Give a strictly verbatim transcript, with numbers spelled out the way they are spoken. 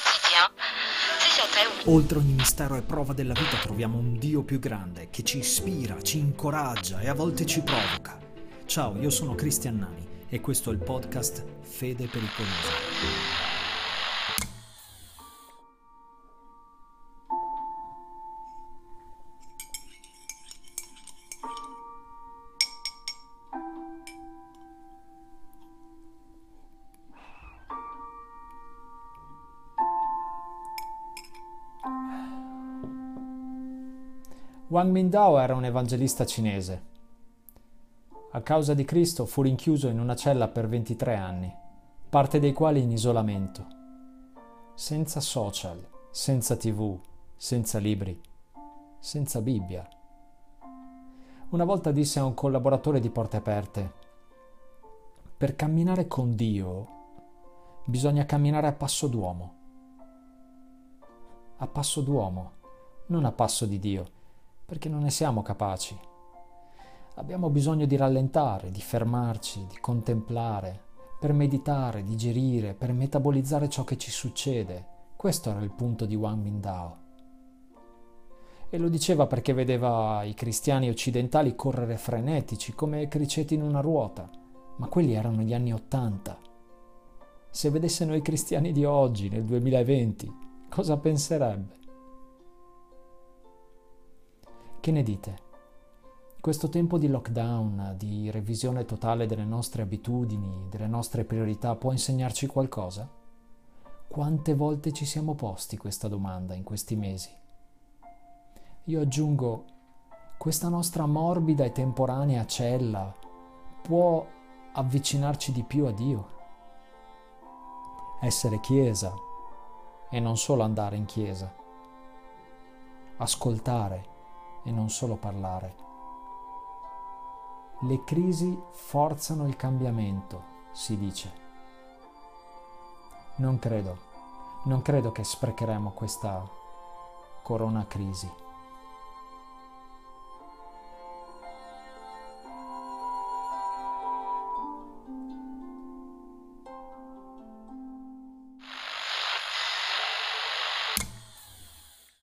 Oltre ogni mistero e prova della vita troviamo un Dio più grande che ci ispira, ci incoraggia e a volte ci provoca. Ciao, io sono Cristian Nani e questo è il podcast Fede Pericolosa. Wang Mingdao era un evangelista cinese. A causa di Cristo fu rinchiuso in una cella per ventitré anni, parte dei quali in isolamento, senza social, senza tivù, senza libri, senza Bibbia. Una volta disse a un collaboratore di Porte Aperte: per camminare con Dio bisogna camminare a passo d'uomo. A passo d'uomo, non a passo di Dio, perché non ne siamo capaci. Abbiamo bisogno di rallentare, di fermarci, di contemplare, per meditare, digerire, per metabolizzare ciò che ci succede. Questo era il punto di Wang Mingdao. E lo diceva perché vedeva i cristiani occidentali correre frenetici, come criceti in una ruota, ma quelli erano gli anni Ottanta. Se vedesse noi cristiani di oggi, nel duemilaventi, cosa penserebbe? Che ne dite? Questo tempo di lockdown, di revisione totale delle nostre abitudini, delle nostre priorità, può insegnarci qualcosa? Quante volte ci siamo posti questa domanda in questi mesi? Io aggiungo, questa nostra morbida e temporanea cella può avvicinarci di più a Dio? Essere chiesa e non solo andare in chiesa. Ascoltare e non solo parlare. Le crisi forzano il cambiamento, si dice. Non credo, non credo che sprecheremo questa corona crisi.